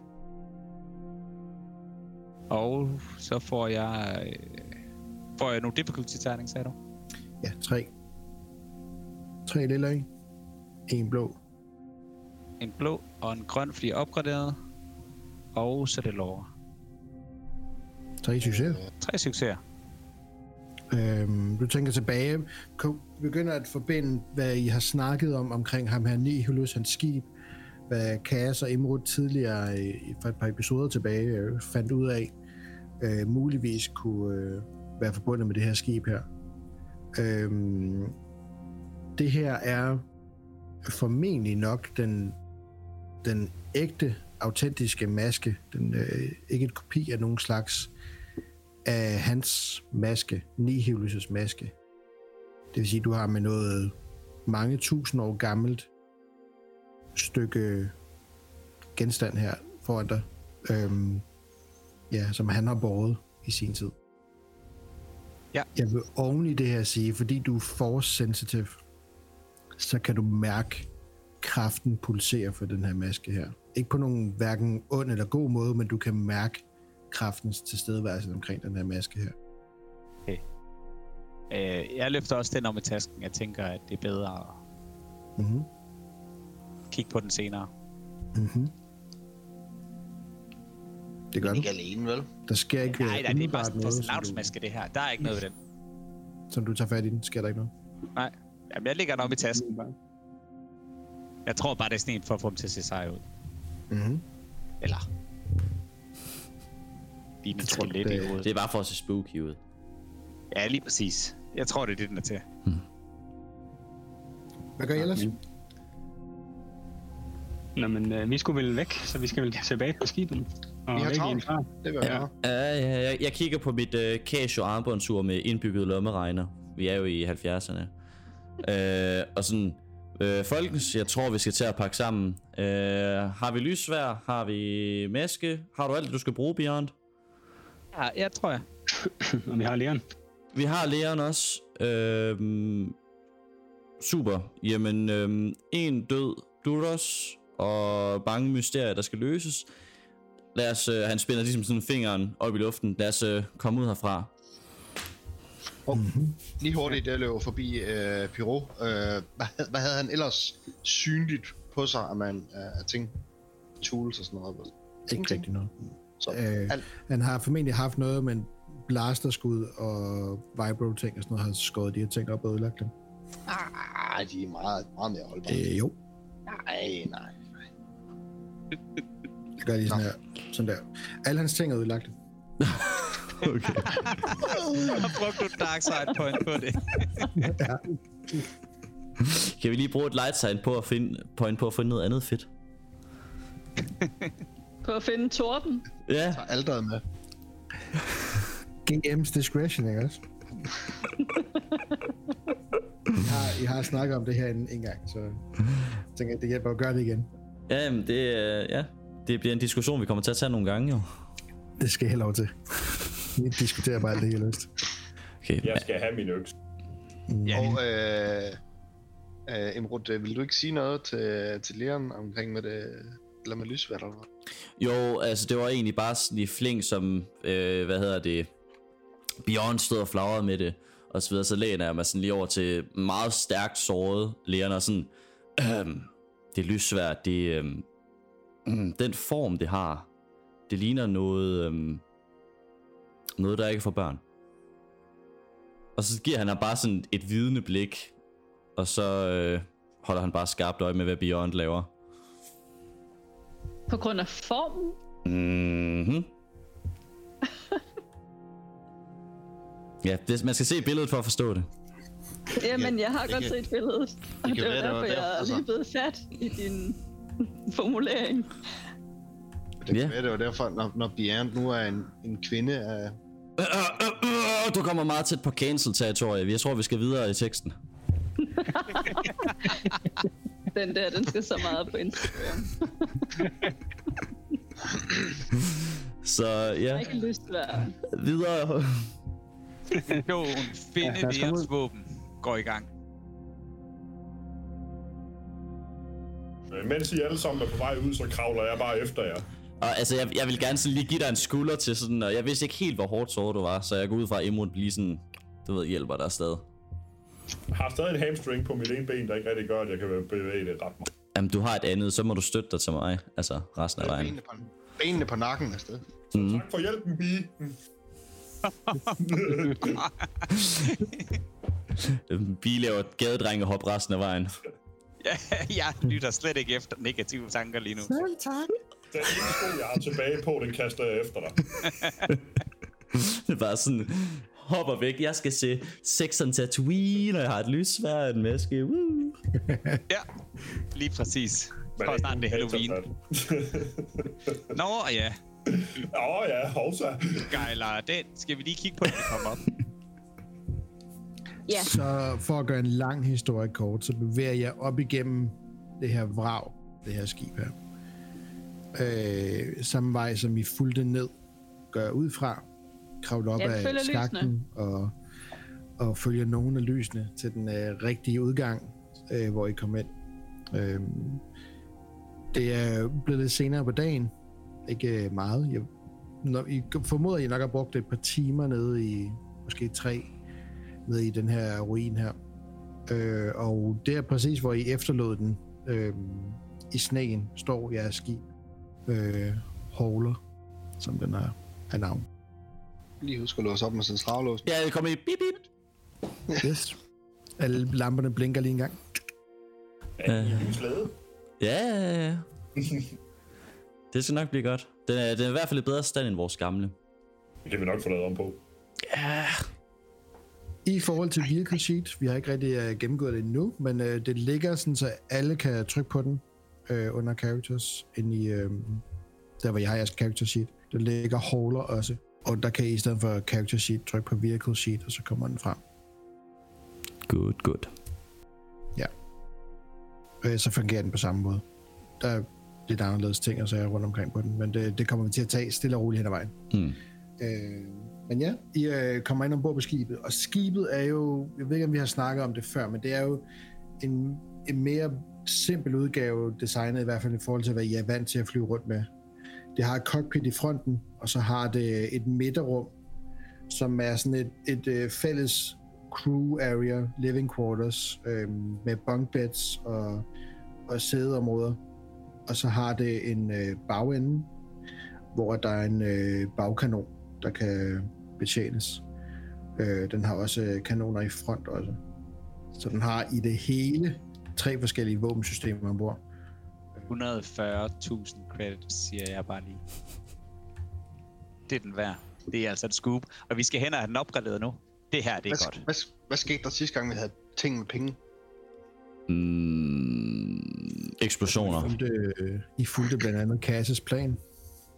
Og så får jeg... Øh, får jeg nogle difficulty-terning, sagde du? Ja, tre. Tre lille, ikke? En blå. En blå og en grøn, fordi jeg er opgraderet. Og så er det lover. Tre succeser. Tre succeser. Øhm, du tænker tilbage, ko- begynder at forbinde, hvad I har snakket om omkring ham her, Nihilus, hans skib, hvad Kaos og Imrud tidligere, øh, for et par episoder tilbage, øh, fandt ud af, øh, muligvis kunne øh, være forbundet med det her skib her. Øhm, det her er formentlig nok den, den ægte, autentiske maske, den, øh, ikke et kopi af nogen slags, af hans maske, Nihilus' maske. Det vil sige, du har med noget mange tusind år gammelt stykke genstand her foran dig, øhm, ja, som han har båret i sin tid. Ja. Jeg vil oven i det her sige, fordi du er force sensitive, så kan du mærke kraften pulsere for den her maske her. Ikke på nogen hverken ond eller god måde, men du kan mærke kraftens tilstedeværelse omkring den her maske her. Øh, jeg løfter også den om i tasken. Jeg tænker, at det er bedre at Mhm. kigge på den senere. Mhm. Det gør Men du. ikke alene, vel? Der sker ikke Nej, nej, det er bare umiddelbart sådan en noget, som lavnsmaske, det her. Der er ikke noget ved den. du, som du tager fat i den. Sker der ikke noget? Nej. Jamen, jeg ligger den om i tasken. Jeg tror bare, det er sådan en for at få dem til at se sej ud. Mhm. Eller... Lige med tror, skelet i det- hovedet. Det er bare for at se spooky ud. Ja, lige præcis. Jeg tror, det er det, den er til. Hvad gør I ellers? Nå, men øh, vi skulle vel væk, så vi skal vel tilbage på skibet. Og Vi har væk i en travlt. fart. Det vil jeg Ja. gøre. Ja, ja, jeg, jeg kigger på mit uh, Casio armbåndsur med indbygget lommeregner. Vi er jo i halvfjerdserne. Uh, og sådan, uh, folkens, jeg tror, vi skal til at pakke sammen. Uh, har vi lysvær? Har vi maske? Har du alt, du skal bruge, Beyond? Ja, jeg tror jeg. Og vi har Leon. Vi har lægeren også. Øhm, super. Jamen, øhm, en død Duros og mange mysterier, der skal løses. Lad os, øh, han spænder ligesom sådan fingeren op i luften. Lad os øh, komme ud herfra. Lige hurtigt, der løb forbi øh, Pyro. Øh, hvad, havde- hvad havde han ellers synligt på sig af, man, af ting? Tools og sådan noget? Ikke rigtig noget. Så Øh, alt. han har formentlig haft noget, men blasterskud og vibro-ting og sådan noget har skåret de her ting op og ødelagt dem. Ah, de er meget, meget mere holdbare. Øh, jo, Nej, nej. det gør de sådan her. Sådan der. Alle hans ting er ødelagt. Okay. Jeg brugte du dark side point på det. Kan vi lige bruge et light sign på at finde, point på at finde noget andet fedt? På at finde Torben. Ja. Tager alderet med. G M's discretion, ikke også? I har, I har snakket om det her en, en gang, så jeg tænker, at det hjælper at gøre det igen. Ja, jamen, det, øh, ja. Det bliver en diskussion, vi kommer til at tage nogle gange, jo. Det skal jeg have lov til. Vi diskuterer bare alt det, jeg har lyst. Okay. Jeg skal have min øks. Mm. Ja. Og øh, øh, Imrud, vil du ikke sige noget til, til Leon omkring med det, eller med lysværd eller hvad? Jo, altså det var egentlig bare sådan i fling, som, øh, hvad hedder det, Bjørn stod og flagrede med det, og så videre, så læner jeg mig sådan lige over til meget stærkt såret Leon, og sådan, øhm, det lysværd, det, øhm, mm, den form det har, det ligner noget, øhm, noget der ikke er for børn. Og så giver han ham bare sådan et vidende blik, og så øh, holder han bare skarpt øje med, hvad Bjørn laver. På grund af formen? Mhm. Ja, det, man skal se billedet for at forstå det. Jamen, jeg har det godt kan- set billedet. Og kan det var være, det var derfor, jeg derfor, er altså. lige blevet fat i din formulering. Det kan Ja. være, det var derfor, når, når Bjørn nu er en, en kvinde af... Øh, øh, øh, øh, du kommer meget tæt på cancel-territoriet. Jeg tror, vi skal videre i teksten. Den der, den skal så meget på Instagram. Så Jeg ja, har ikke lyst til at være. videre. Nogen finde Ja, lad os komme ud. Leons våben går i gang. Øh, Mens I alle sammen er på vej ud, så kravler jeg bare efter jer. Og altså, jeg, jeg vil gerne sådan lige give dig en skulder til sådan, og jeg vidste ikke helt, hvor hårdt såret du var, så jeg går ud fra, at Imrud lige sådan, du ved, hjælper dig afsted. Jeg har stadig en hamstring på mit ene ben, der ikke rigtig gør, at jeg kan bevæge det ret mig. Jamen, du har et andet, så må du støtte dig til mig, altså resten af vejen. Benene på, benene på nakken afsted. Mm. Tak for hjælpen, Bi. Vi laver gadedrengehop resten af vejen. Ja, jeg lytter slet ikke efter negative tanker lige nu. Selv tak. Den ene sko, jeg har tilbage på, den kaster jeg efter dig. Det er bare sådan, hopper væk. Jeg skal se Sex on Tatooine, og jeg har et lysværd, en maske. Woo. Ja, lige præcis. Men For snart det er Halloween. Halloween. Nå ja, Åh ja, hovsa. gejler, den skal vi lige kigge på, når vi kommer op. Ja, Så for at gøre en lang historie kort, så bevæger jeg op igennem det her vrag, det her skib her. Øh, samme vej, som I fulgte ned, gør jeg ud fra, kravler op Ja, af følger skakten og, og følger nogle af lysene til den øh, rigtige udgang, øh, hvor I kom ind. Øh, det er blevet lidt senere på dagen, ikke øh, meget. Jeg, når, I formoder, at I nok har brugt et par timer nede i, måske tre, nede i den her ruin her. Øh, og det er præcis, hvor I efterlod den. Øh, I sneen står jeres skib. Øh, Howler, som den er af navn. Lige husk at låse op med centrallåsen. Ja, det kommer i bip bip. Yes. Alle lamperne blinker lige en gang. Er I en slæde? Ja, ja, ja. Det skal nok blive godt. Den er, den er i hvert fald i bedre stand end vores gamle. Det kan vi nok få lavet om på. Ja. I forhold til vehicle sheet, vi har ikke rigtig uh, gennemgået det endnu, men uh, det ligger sådan, så alle kan trykke på den uh, under characters, inde i uh, der, hvor jeg har jeres character sheet. Der ligger Howler også, og der kan I i stedet for character sheet trykke på vehicle sheet, og så kommer den frem. Good, good. Uh, så fungerer den på samme måde. Der er lidt anderledes ting, og så er jeg rundt omkring på den, men det, det kommer vi til at tage stille og roligt hen ad vejen. Mm. Øh, men ja, I øh, kommer ind ombord på skibet, og skibet er jo, jeg ved ikke om vi har snakket om det før, men det er jo en, en mere simpel udgave designet, i hvert fald i forhold til, hvad I er vant til at flyve rundt med. Det har et cockpit i fronten, og så har det et midterrum, som er sådan et, et øh, fælles crew area, living quarters, øh, med bunk beds og, og sædeområder. Og så har det en øh, bagende, hvor der er en øh, bagkanon, der kan betjenes. Øh, den har også øh, kanoner i front også. Så den har i det hele tre forskellige våbensystemer ombord. et hundrede og fyrre tusind credits, siger jeg bare lige. Det er den værd. Det er altså et scoop. Og vi skal hen og have den opgraderet nu. Det her, det er Hvad, godt. hvad, hvad skete der sidste gang, vi havde ting med penge? Mm, eksplosioner. I fulgte, øh, I fulgte blandt andet Casses plan.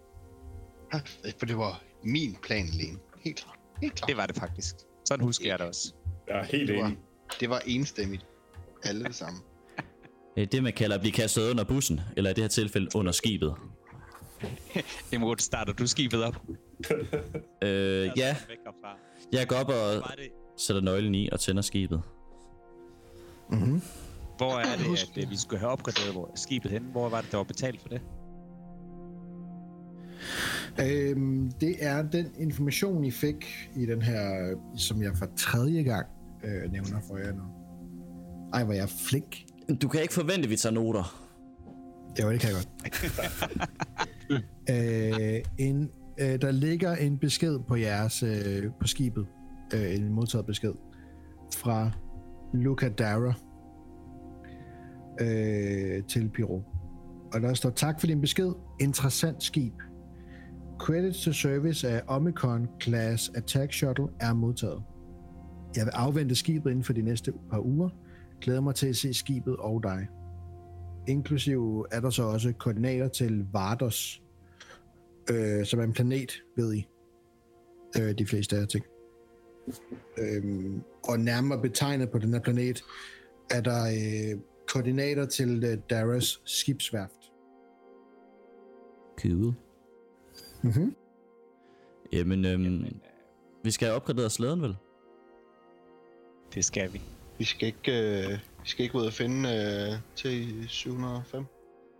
For det var min plan alene. Helt klart. Helt klart. Det var det faktisk. Sådan husker jeg det også. Jeg er helt Det var, enig. det var enstemmigt. Alle det samme. Det er det, man kalder at blive kastet under bussen, eller i det her tilfælde under skibet. Det må godt starte, du skibet op. Øh, ja, Væk herfra. jeg går op og Var det, sætter nøglen i og tænder skibet. Mm-hmm. hvor er det, at, at vi skulle have opgraderet vores skibet hen? Hvor var det, der var betalt for det? Øhm, det er den information, I fik i den her, som jeg for tredje gang øh, nævner for jer nu. Ej, hvor jeg er flink. Du kan ikke forvente, at vi tager noter. Jo, det kan jeg godt. øh, en, øh, der ligger en besked på jeres øh, på skibet. Øh, en modtaget besked fra Luca Dara øh, til Piro. Og der står, tak for din besked. Interessant skib. Credits to service af Omicron Class Attack Shuttle er modtaget. Jeg vil afvente skibet inden for de næste par uger. Glæder mig til at se skibet og dig. Inklusiv er der så også koordinater til Vardos, øh, som er en planet, ved I. Øh, de fleste af jer ting. Øh, og nærmere betegnet på den her planet, er der øh, koordinater til øh, Daras skibsværft. Cool. Mhm. Jamen, øhm, vi skal have opgraderet slæden, vel? Det skal vi. Vi skal ikke, øh, vi skal ikke ud og finde øh, til syv hundrede og fem.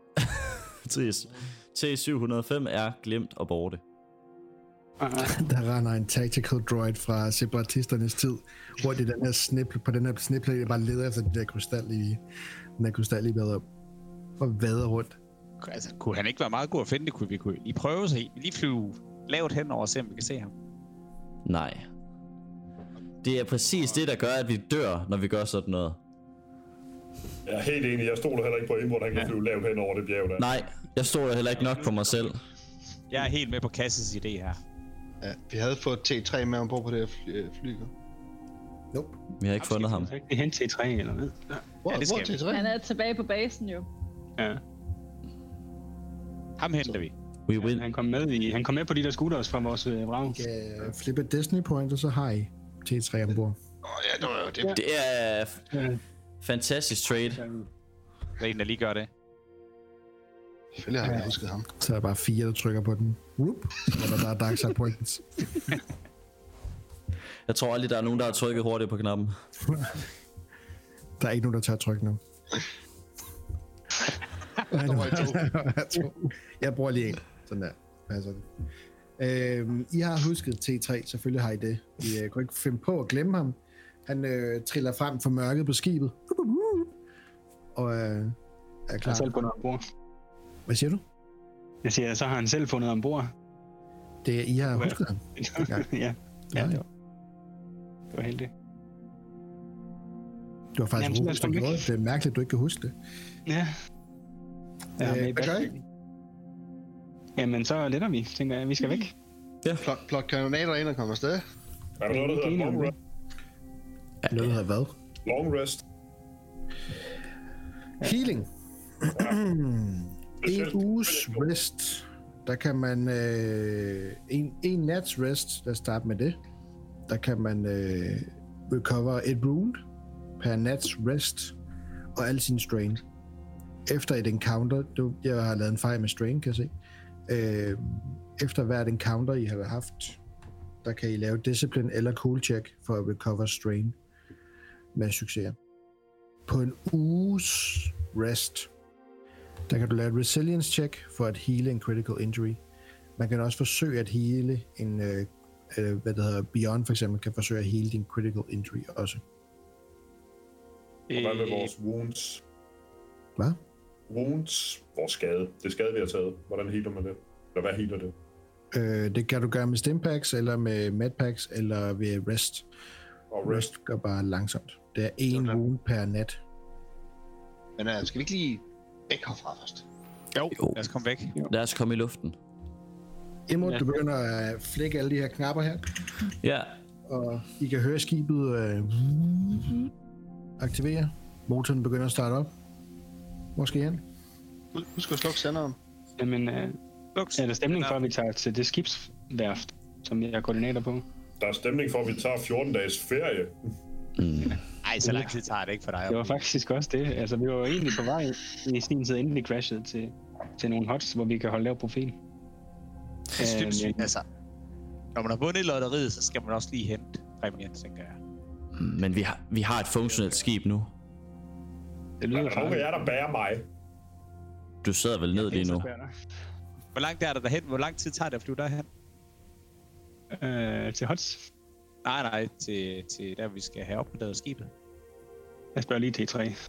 T syv hundrede og fem er glemt og borte. Der render en tactical droid fra separatisternes tid, hvor det den her snip, på den her snipplate, jeg bare leder efter den der krystal i, den der krystal i bedre, og vader rundt. Altså, kunne han ikke være meget god at finde det? Kunne vi kunne lige prøve sig i. Lige flyve lavt hen over og se, om vi kan se ham. Nej. Det er præcis det, der gør, at vi dør, når vi gør sådan noget. Jeg er helt enig. Jeg stoler heller ikke på Indbrud, han kan flyve lavt hen over det bjerg der. Nej, jeg stoler heller ikke nok på mig selv. Jeg er helt med på Cassis idé her. Ja, vi havde fået T tre med ombord på det her fly. fly. Nope. Vi har ikke fundet ham. Det er hen til tre eller hvad? Hvor, Ja, det hvor skal T tre? Han er tilbage på basen jo. Ja. Ham henter vi. We win. Han kom med i, han kom med på de der scooters fra vores øh, vrag. Uh, flip et Disney point, og så har I T tre ombord. Åh oh, ja, det var jo det. Det er Ja. fantastisk trade. Der er en, der lige gør det. Selvfølgelig har jeg husket ham. Så er der bare fire, der trykker på den. Whoop. Så er der bare dark side points. Jeg tror aldrig, der er nogen, der har trykket hurtigt på knappen. Der er ikke nogen, der tør trykke nu. Der var to. to. Jeg bruger lige en. Sådan der. Passer det. Øhm, I har husket T tre, selvfølgelig har I det. I øh, kunne ikke finde på at glemme ham. Han øh, triller frem fra mørket på skibet. Og øh, er Han har klar. selv fundet ombord. Hvad siger du? Jeg siger, så har han selv fundet ombord. Det er, I har Hvad? husket ham. ja. Ja. Ja, det var, det var heldigt. Du har faktisk Jamen, så husket lad os komme det. Det er mærkeligt, du ikke kan huske det. Ja. Ja, Øh, med i hvad gør I? backpacken. Jamen, så letter vi, tænker jeg. Vi skal væk. Plok, plok kanonater ind og komme afsted. Er der noget, der hedder long rest? Noget, der hedder hvad? Long rest. Healing. En uges rest. Der kan man... Øh, en, en nats rest, lad os starte med det. Der kan man øh, recover et wound per nats rest og al sin strain. Efter et encounter... Du, jeg har lavet en fejl med strain, kan jeg se. Øh, efter hvert encounter, I har haft, der kan I lave discipline eller cool check for at recover strain med succes. På en uges rest, der kan du lave et resilience check for at heale en critical injury. Man kan også forsøge at heale en, øh, øh, hvad det hedder, Beyond for eksempel, kan forsøge at heale din critical injury også. Og hvad med vores wounds? Hvad? Wounds, vores skade. Det skade, vi har taget. Hvordan healer man det? Eller hvad healer det? Øh, det kan du gøre med stimpacks, eller med medpacks, eller ved rest. Og rest. Rest gør bare langsomt. Det er en Okay. wound per nat. Men uh, skal vi ikke lige væk herfra først? Jo, Jo. lad os komme væk. Lad os komme i luften. Imod Ja. du begynder at flække alle de her knapper her, Ja, og I kan høre skibet øh, aktivere. Motoren begynder at starte op. Hvor skal I hen? Husk at slukke senderen. Jamen, øh, Lux. Er der stemning for, at vi tager til det skibsværft, som jeg er koordinator på? Der er stemning for, at vi tager fjorten dages ferie. Mm. Ej, så lang tid tager det ikke for dig. Det var faktisk også det. Altså, vi var jo egentlig på vej i sin tid, inden vi crashede til, til nogle hots, hvor vi kan holde lav profil. Jeg synes, Øh, altså, når man har vundet i lotteriet, så skal man også lige hente præmien, tænker jeg. Men vi har, vi har et funktionelt skib nu. Det Der lyder er nogen af farligt. jer, der bærer mig. Du sidder vel ned lige nu. Hvor langt er der derhen? Hvor lang tid tager det at flyve derhen? Øh, til hots. Nej, nej, til, til der, vi skal have opgraderet skibet. Jeg spørger lige T tre. Øhm,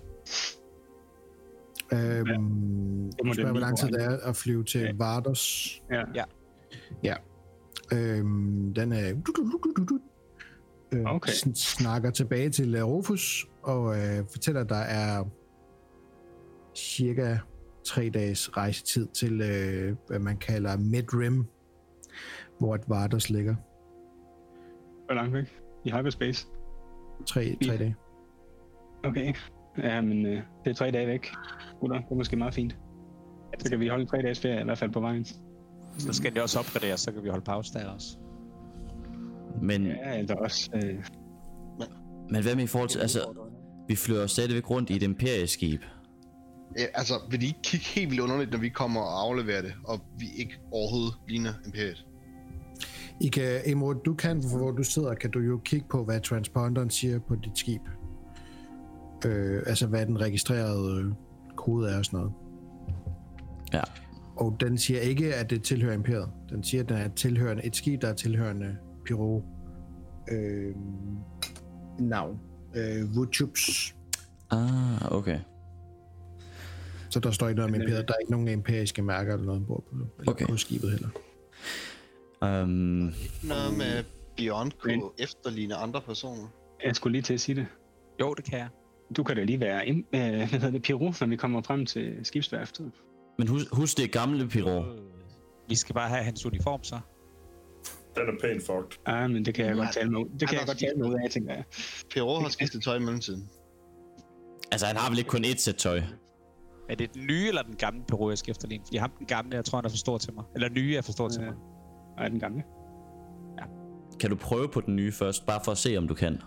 det må du spørger, den hvor lang tid lige det er at flyve til Ja. Vardos. Ja. Ja. Ja. Øhm, den er... Øh, Okay. sn- snakker tilbage til uh, Rufus og øh, fortæller, at der er cirka tre dages rejsetid til, øh, hvad man kalder Mid-Rim, hvor et Vardos ligger. Hvor langt væk? I hyperspace? Tre, tre dage. Okay. Ja, men øh, det er tre dage væk. Gutter, det er måske meget fint. Så kan vi holde tre dages ferie, i hvert fald på vejen. Så skal det også opgraderes, så kan vi holde pause der også. Men, Ja, altså også... Øh, men hvad med i forhold til, altså, vi flyver stadigvæk rundt i et imperieskib. Ja, altså, vil de ikke kigge helt vildt underligt, når vi kommer og afleverer det, og vi ikke overhovedet ligner Imperiet? I kan, Emro, du kan, hvor du sidder, kan du jo kigge på, hvad transponderen siger på dit skib. Øh, altså, hvad den registrerede øh, kode er og sådan noget. Ja. Og den siger ikke, at det tilhører Imperiet. Den siger, at den er tilhørende et skib, der er tilhørende Pyro. Øh, navn. Øh, Vuchups. Ah, okay. Så der står ikke noget om Imperiet. Der er ikke nogen imperiske mærker eller noget ombord på, eller Okay. på skibet heller. Um, Noget med Beyond Men- kunne efterligne andre personer. jeg skulle lige til at sige det. Jo, det kan jeg. Du kan da lige være im- øh, hvad hedder det, Pirou, når vi kommer frem til skibsværftet. men husk, husk det gamle Piro. Vi skal bare have hans uniform, så. Den er pænt fucked. Ah, men det kan jeg Nej, godt tale med. Det kan han jeg har godt tale med ud af, tænker jeg. Perrault har skiftet tøj i mellemtiden. Altså, han har vel ikke kun ét sæt tøj. Er det den nye eller den gamle Peru, jeg skal efterligne? Fordi ham den gamle, jeg tror, han er for stor til mig. Eller nye er for stor til Ja. mig. Nej, den gamle. Kan du prøve på den nye først, bare for at se, om du kan?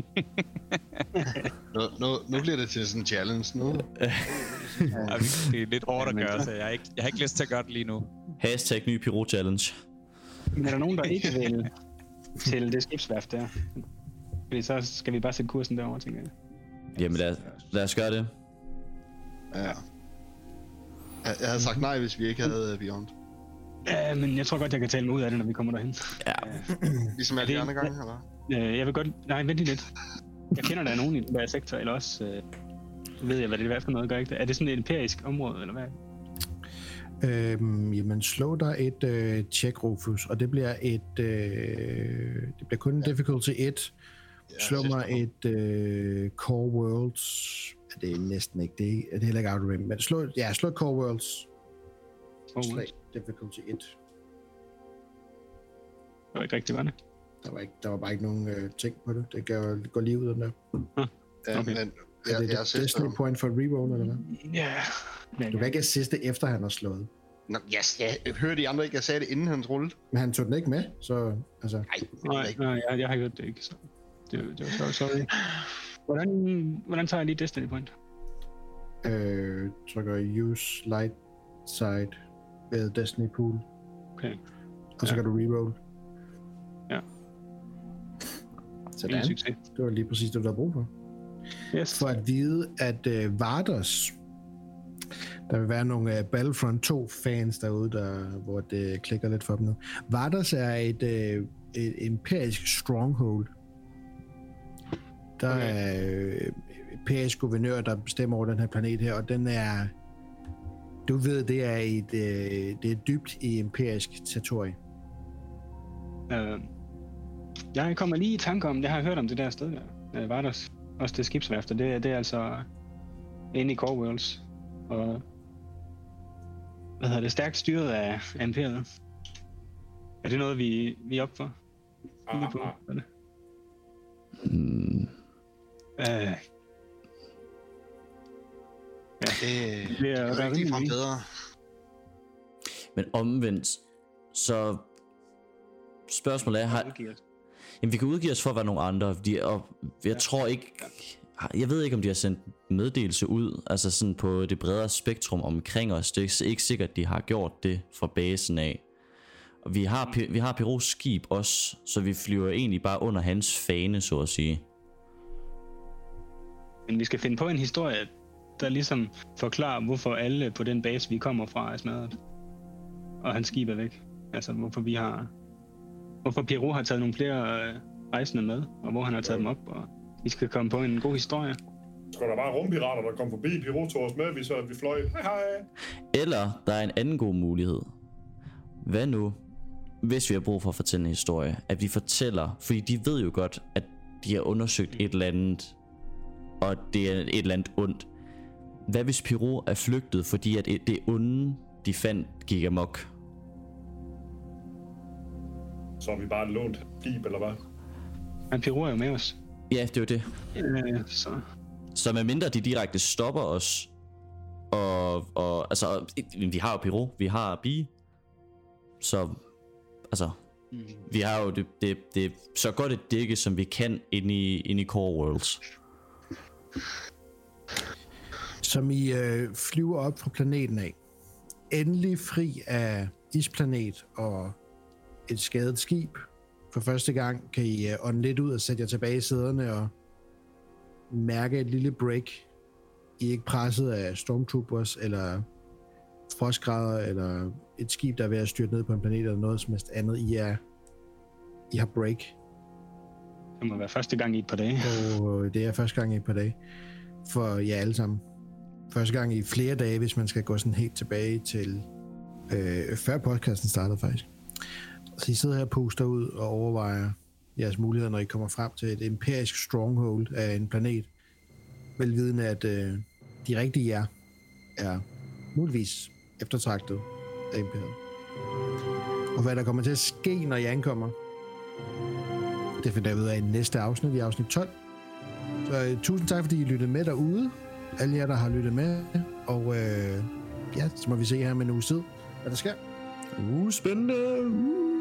Nu, nu, nu bliver det til sådan en challenge nu. Ja, det er lidt hårdt at Ja, men gøre, så- så jeg har, ikke, jeg har ikke lyst til at gøre det lige nu. Hashtag ny Piro Challenge. Men er der nogen, der ikke vil til det skibsværft der? Fordi så skal vi bare sætte kursen derover, tænker jeg. Jamen lad, lad os gøre det. Ja. Jeg, jeg havde sagt nej, hvis vi ikke havde uh, Beyond. Ja, men jeg tror godt, jeg kan tale mig ud af det, når vi kommer derhen. Ja. Ligesom alle de det- andre gange, eller? Øh, jeg vil godt... Nej, vent lige lidt. Jeg kender der er nogen i den der sektor, eller også øh, ved jeg, hvad det er for noget, gør ikke det? Er det sådan et empirisk område, eller hvad? Øhm, jamen, slå dig et øh, check, Rufus, og det bliver et... Øh, det bliver kun ja. difficulty et. Slå sidste mig gang. et øh, Core Worlds. Ja, det er næsten ikke, det er, det er heller ikke Outer Rim, men slå, ja, slå et Core Worlds. Oh, Slag difficulty et. det var ikke rigtigt, var det? Der var, ikke, der var bare ikke nogen øh, ting på det. Det går, går lige ud af den der. Ja, Okay. men Er jeg, det jeg et synes, Destiny point for et reroll, eller hvad? Ja. Men, Du kan ikke assiste efter, han har slået. Nå, yes, jeg hørte de andre ikke, jeg sagde det, inden han rullede. Men han tog den ikke med, så altså... Nej, det er Nej, ikke. nej, jeg, jeg har hørt det ikke, så det, det var så sorry. Hvordan, hvordan tager jeg lige Destiny point? Øh, trykker use light side ved Destiny pool, Okay. og så Ja. kan du reroll. Ja. Sådan. En succes. Det var lige præcis det, du havde brug for. Yes. For at vide, at øh, Vardos, der vil være nogle øh, Battlefront to fans derude, der, hvor det klikker lidt for dem nu. Vardos er et, øh, et imperisk stronghold. Der Okay. er øh, imperisk guvernør, der bestemmer over den her planet her, og den er, du ved, det er et, øh, det er dybt i imperisk territorie. Øh, jeg kommer lige i tanke om, jeg har hørt om det der sted der. Øh, Vardos. Også det skibsværft, og det, det er altså inde i Core Worlds. Og hvad hedder det, stærkt styret af af Imperiet. Er det noget, vi, vi er op for? Kigger på, hvad er det? Hmm. Øh, Det, Det det er- er der er ikke ligefrem rimelig- bedre. Men omvendt, så spørgsmålet er, har, jamen, vi kan udgive os for at være nogle andre, de, og jeg ja. tror ikke, jeg ved ikke om de har sendt meddelelse ud, altså sådan på det bredere spektrum omkring os, det er ikke sikkert de har gjort det fra basen af. Og vi har, vi har Perus skib også, så vi flyver egentlig bare under hans fane, så at sige. Men vi skal finde på en historie, der ligesom forklarer, hvorfor alle på den base, vi kommer fra, er smadret. Og hans skib er væk. Altså, hvorfor vi har... Hvorfor Peru har taget nogle flere øh, rejsende med, og hvor han har taget dem op, og vi skal komme på en god historie. Skal der bare rumpirater, der kommer forbi Peru tog os med, vi så vi fløj. Hej hej! Eller, der er en anden god mulighed. Hvad nu, hvis vi har brug for at fortælle en historie, at vi fortæller, fordi de ved jo godt, at de har undersøgt et eller andet, og det er et eller andet ondt. Hvad hvis Peru er flygtet, fordi at det onde, de fandt, gik amok? Så har vi bare lånt skib, eller hvad? Men Peru er jo med os. Ja, det er jo det. Ja, så... Så medmindre de direkte stopper os, og, og altså, vi har jo Peru, vi har Bi, så, altså, mm. vi har jo det, det, det så godt et dække, som vi kan inde i, inde i Core Worlds. Som I øh, flyver op fra planeten af, endelig fri af isplanet og et skadet skib. For første gang kan I uh, ånde lidt ud og sætte jer tilbage i sæderne og mærke et lille break. I er ikke presset af stormtroopers eller frostgrader eller et skib, der er ved at styrte ned på en planet eller noget som helst andet. I er I har break. Det må være første gang i et par dage. Og det er første gang i et par dage. For jer alle sammen. Første gang i flere dage, hvis man skal gå sådan helt tilbage til øh, før podcasten startede faktisk. Så I sidder her og poster ud og overvejer jeres muligheder, når I kommer frem til et imperisk stronghold af en planet. Velvidende, at øh, de rigtige jer er muligvis eftertragtet af imperiet. Og hvad der kommer til at ske, når I ankommer, det finder jeg ud af i næste afsnit, i afsnit tolv. Så øh, tusind tak, fordi I lyttede med derude. Alle jer, der har lyttet med. Og øh, ja, så må vi se her med en uge tid, hvad der sker. Uh, spændende! Uh.